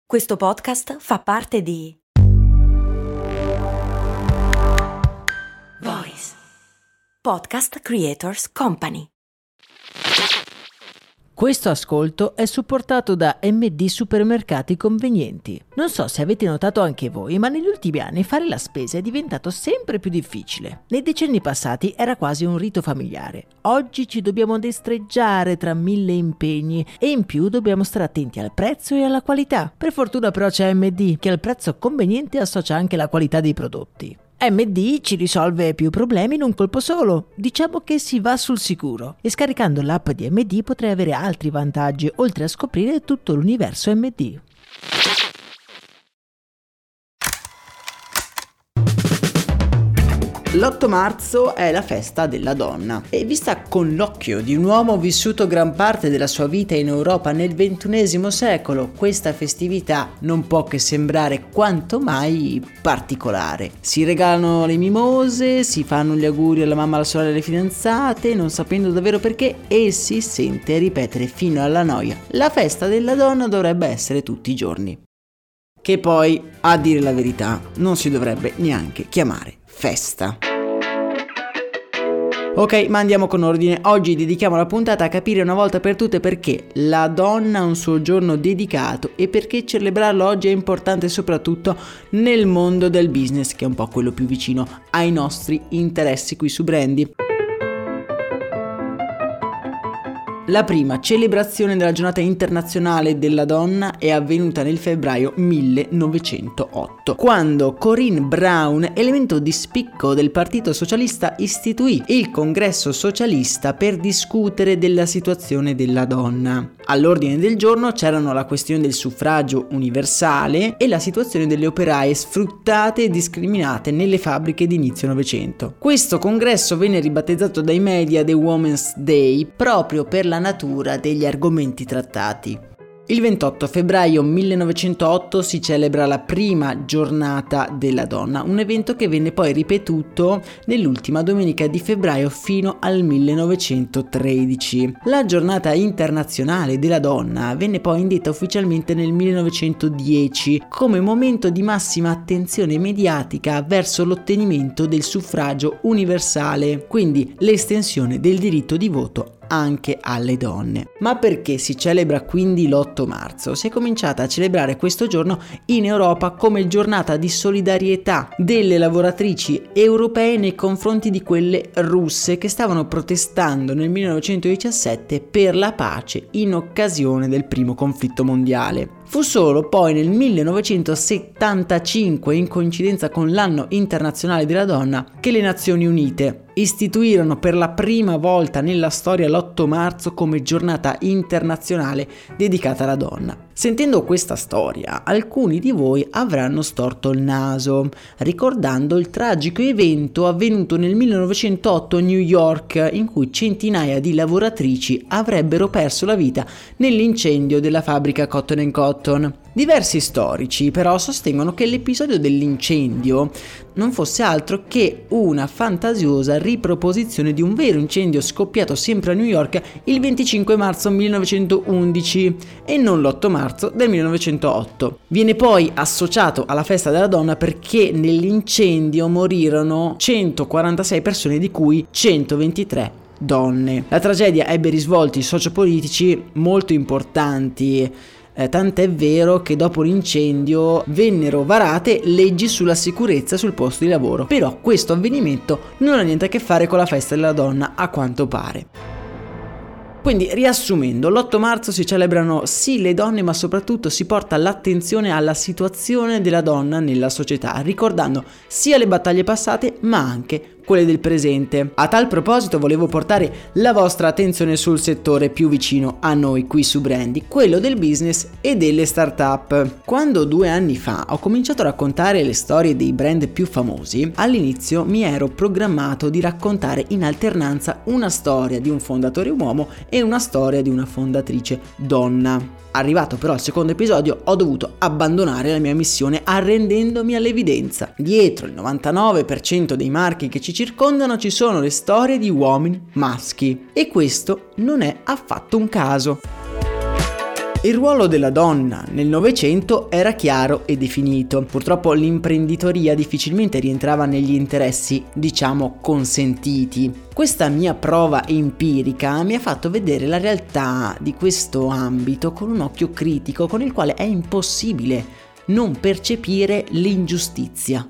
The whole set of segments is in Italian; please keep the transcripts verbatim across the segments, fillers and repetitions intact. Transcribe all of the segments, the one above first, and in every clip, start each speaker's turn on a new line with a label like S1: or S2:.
S1: Questo podcast fa parte di Voice Podcast Creators Company.
S2: Questo ascolto è supportato da M D Supermercati Convenienti. Non so se avete notato anche voi, ma negli ultimi anni fare la spesa è diventato sempre più difficile. Nei decenni passati era quasi un rito familiare. Oggi ci dobbiamo destreggiare tra mille impegni e in più dobbiamo stare attenti al prezzo e alla qualità. Per fortuna però c'è M D, che al prezzo conveniente associa anche la qualità dei prodotti. M D ci risolve più problemi in un colpo solo. Diciamo che si va sul sicuro. E scaricando l'app di M D potrai avere altri vantaggi, oltre a scoprire tutto l'universo M D.
S3: L'otto marzo è la festa della donna e vista con l'occhio di un uomo vissuto gran parte della sua vita in Europa nel ventunesimo secolo, questa festività non può che sembrare quanto mai particolare. Si regalano le mimose, si fanno gli auguri alla mamma, alla sorella e alle fidanzate, non sapendo davvero perché, e si sente ripetere fino alla noia: la festa della donna dovrebbe essere tutti i giorni. Che poi, a dire la verità, non si dovrebbe neanche chiamare festa. Ok, ma andiamo con ordine. Oggi dedichiamo la puntata a capire una volta per tutte perché la donna ha un suo giorno dedicato e perché celebrarlo oggi è importante soprattutto nel mondo del business, che è un po' quello più vicino ai nostri interessi qui su Brandy. La prima celebrazione della giornata internazionale della donna è avvenuta nel febbraio millenovecentootto, quando Corinne Brown, elemento di spicco del Partito Socialista, istituì il Congresso Socialista per discutere della situazione della donna. All'ordine del giorno c'erano la questione del suffragio universale e la situazione delle operaie sfruttate e discriminate nelle fabbriche di inizio Novecento. Questo congresso venne ribattezzato dai media The Women's Day proprio per la natura degli argomenti trattati. Il ventotto febbraio millenovecentootto si celebra la prima giornata della donna, un evento che venne poi ripetuto nell'ultima domenica di febbraio fino al millenovecentotredici. La giornata internazionale della donna venne poi indetta ufficialmente nel millenovecentodieci come momento di massima attenzione mediatica verso l'ottenimento del suffragio universale, quindi l'estensione del diritto di voto anche alle donne. Ma perché si celebra quindi l'otto marzo? Si è cominciata a celebrare questo giorno in Europa come giornata di solidarietà delle lavoratrici europee nei confronti di quelle russe che stavano protestando nel millenovecentodiciassette per la pace in occasione del primo conflitto mondiale. Fu solo poi nel millenovecentosettantacinque, in coincidenza con l'anno internazionale della donna, che le Nazioni Unite istituirono per la prima volta nella storia l'otto marzo come giornata internazionale dedicata alla donna. Sentendo questa storia, alcuni di voi avranno storto il naso, ricordando il tragico evento avvenuto nel millenovecentootto a New York, in cui centinaia di lavoratrici avrebbero perso la vita nell'incendio della fabbrica Cotton and Cotton. Diversi storici però sostengono che l'episodio dell'incendio non fosse altro che una fantasiosa riproposizione di un vero incendio scoppiato sempre a New York il venticinque marzo millenovecentoundici e non l'otto marzo del millenovecentootto. Viene poi associato alla festa della donna perché nell'incendio morirono centoquarantasei persone, di cui centoventitré donne. La tragedia ebbe risvolti sociopolitici molto importanti. Eh, tant'è vero che dopo l'incendio vennero varate leggi sulla sicurezza sul posto di lavoro. Però questo avvenimento non ha niente a che fare con la festa della donna, a quanto pare. Quindi, riassumendo, l'otto marzo si celebrano sì le donne, ma soprattutto si porta l'attenzione alla situazione della donna nella società, ricordando sia le battaglie passate ma anche quelle del presente. A tal proposito volevo portare la vostra attenzione sul settore più vicino a noi qui su Brandy, quello del business e delle start-up. Quando due anni fa ho cominciato a raccontare le storie dei brand più famosi, all'inizio mi ero programmato di raccontare in alternanza una storia di un fondatore uomo e una storia di una fondatrice donna. Arrivato però al secondo episodio ho dovuto abbandonare la mia missione arrendendomi all'evidenza. Dietro il novantanove per cento dei marchi che ci circondano ci sono le storie di uomini maschi e questo non è affatto un caso. Il ruolo della donna nel Novecento era chiaro e definito. Purtroppo l'imprenditoria difficilmente rientrava negli interessi, diciamo, consentiti. Questa mia prova empirica mi ha fatto vedere la realtà di questo ambito con un occhio critico, con il quale è impossibile non percepire l'ingiustizia.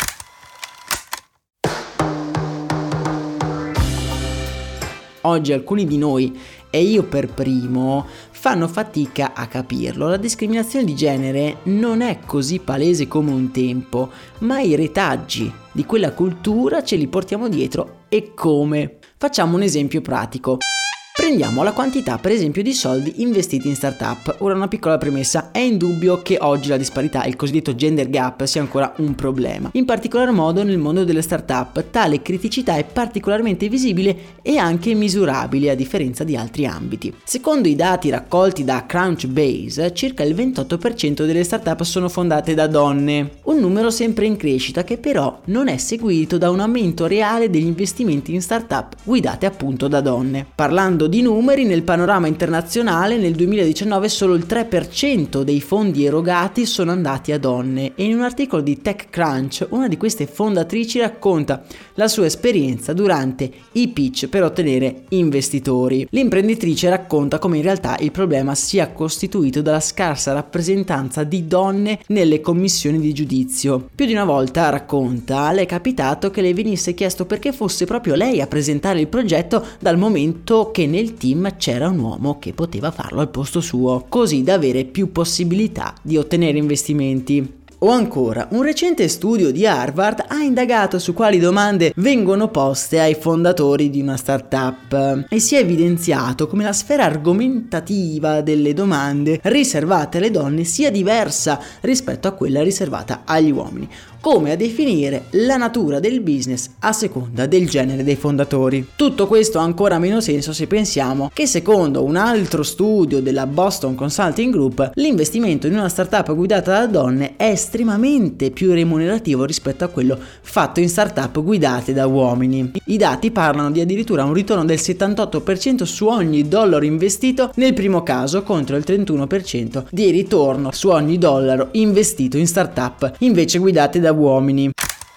S3: Oggi alcuni di noi, e io per primo, fanno fatica a capirlo. La discriminazione di genere non è così palese come un tempo, ma i retaggi di quella cultura ce li portiamo dietro. E come? Facciamo un esempio pratico. Prendiamo la quantità, per esempio, di soldi investiti in startup. Ora una piccola premessa: è indubbio che oggi la disparità, il cosiddetto gender gap, sia ancora un problema. In particolar modo nel mondo delle startup tale criticità è particolarmente visibile e anche misurabile, a differenza di altri ambiti. Secondo i dati raccolti da Crunchbase, circa il ventotto per cento delle startup sono fondate da donne, un numero sempre in crescita che però non è seguito da un aumento reale degli investimenti in startup guidate appunto da donne. Parlando di numeri, nel panorama internazionale nel duemiladiciannove solo il tre per cento dei fondi erogati sono andati a donne, e in un articolo di TechCrunch una di queste fondatrici racconta la sua esperienza durante i pitch per ottenere investitori. L'imprenditrice racconta come in realtà il problema sia costituito dalla scarsa rappresentanza di donne nelle commissioni di giudizio. Più di una volta, racconta, le è capitato che le venisse chiesto perché fosse proprio lei a presentare il progetto, dal momento che nel team c'era un uomo che poteva farlo al posto suo, così da avere più possibilità di ottenere investimenti. O ancora, un recente studio di Harvard ha indagato su quali domande vengono poste ai fondatori di una startup e si è evidenziato come la sfera argomentativa delle domande riservate alle donne sia diversa rispetto a quella riservata agli uomini, come a definire la natura del business a seconda del genere dei fondatori. Tutto questo ha ancora meno senso se pensiamo che, secondo un altro studio della Boston Consulting Group, l'investimento in una startup guidata da donne è estremamente più remunerativo rispetto a quello fatto in startup guidate da uomini. I dati parlano di addirittura un ritorno del settantotto per cento su ogni dollaro investito nel primo caso, contro il trentuno per cento di ritorno su ogni dollaro investito in startup invece guidate da uomini.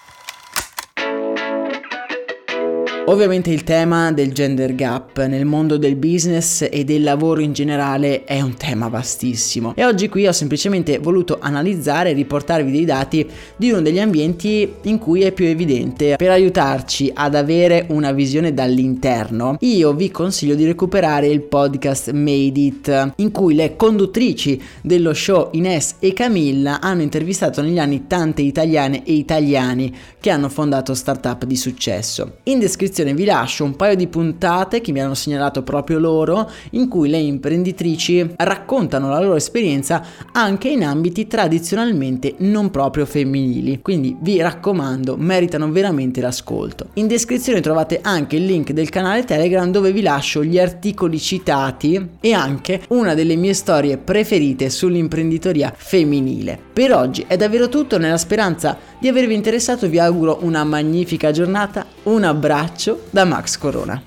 S3: Ovviamente il tema del gender gap nel mondo del business e del lavoro in generale è un tema vastissimo, e oggi qui ho semplicemente voluto analizzare e riportarvi dei dati di uno degli ambienti in cui è più evidente. Per aiutarci ad avere una visione dall'interno, io vi consiglio di recuperare il podcast Made It, in cui le conduttrici dello show Ines e Camilla hanno intervistato negli anni tante italiane e italiani che hanno fondato startup di successo. In descrizione vi lascio un paio di puntate che mi hanno segnalato proprio loro, in cui le imprenditrici raccontano la loro esperienza anche in ambiti tradizionalmente non proprio femminili, quindi vi raccomando, meritano veramente l'ascolto. In descrizione trovate anche il link del canale Telegram, dove vi lascio gli articoli citati e anche una delle mie storie preferite sull'imprenditoria femminile. Per oggi è davvero tutto, nella speranza di avervi interessato vi auguro una magnifica giornata, un abbraccio da Max Corona.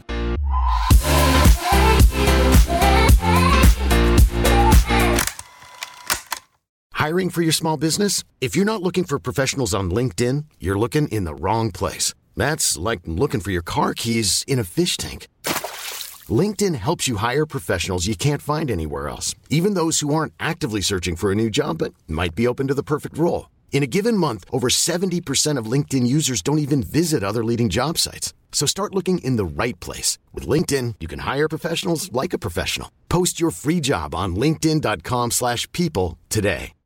S4: Hiring for your small business? If you're not looking for professionals on LinkedIn, you're looking in the wrong place. That's like looking for your car keys in a fish tank. LinkedIn helps you hire professionals you can't find anywhere else, even those who aren't actively searching for a new job but might be open to the perfect role. In a given month, over seventy percent of LinkedIn users don't even visit other leading job sites. So start looking in the right place. With LinkedIn, you can hire professionals like a professional. Post your free job on linkedin dot com slash people today.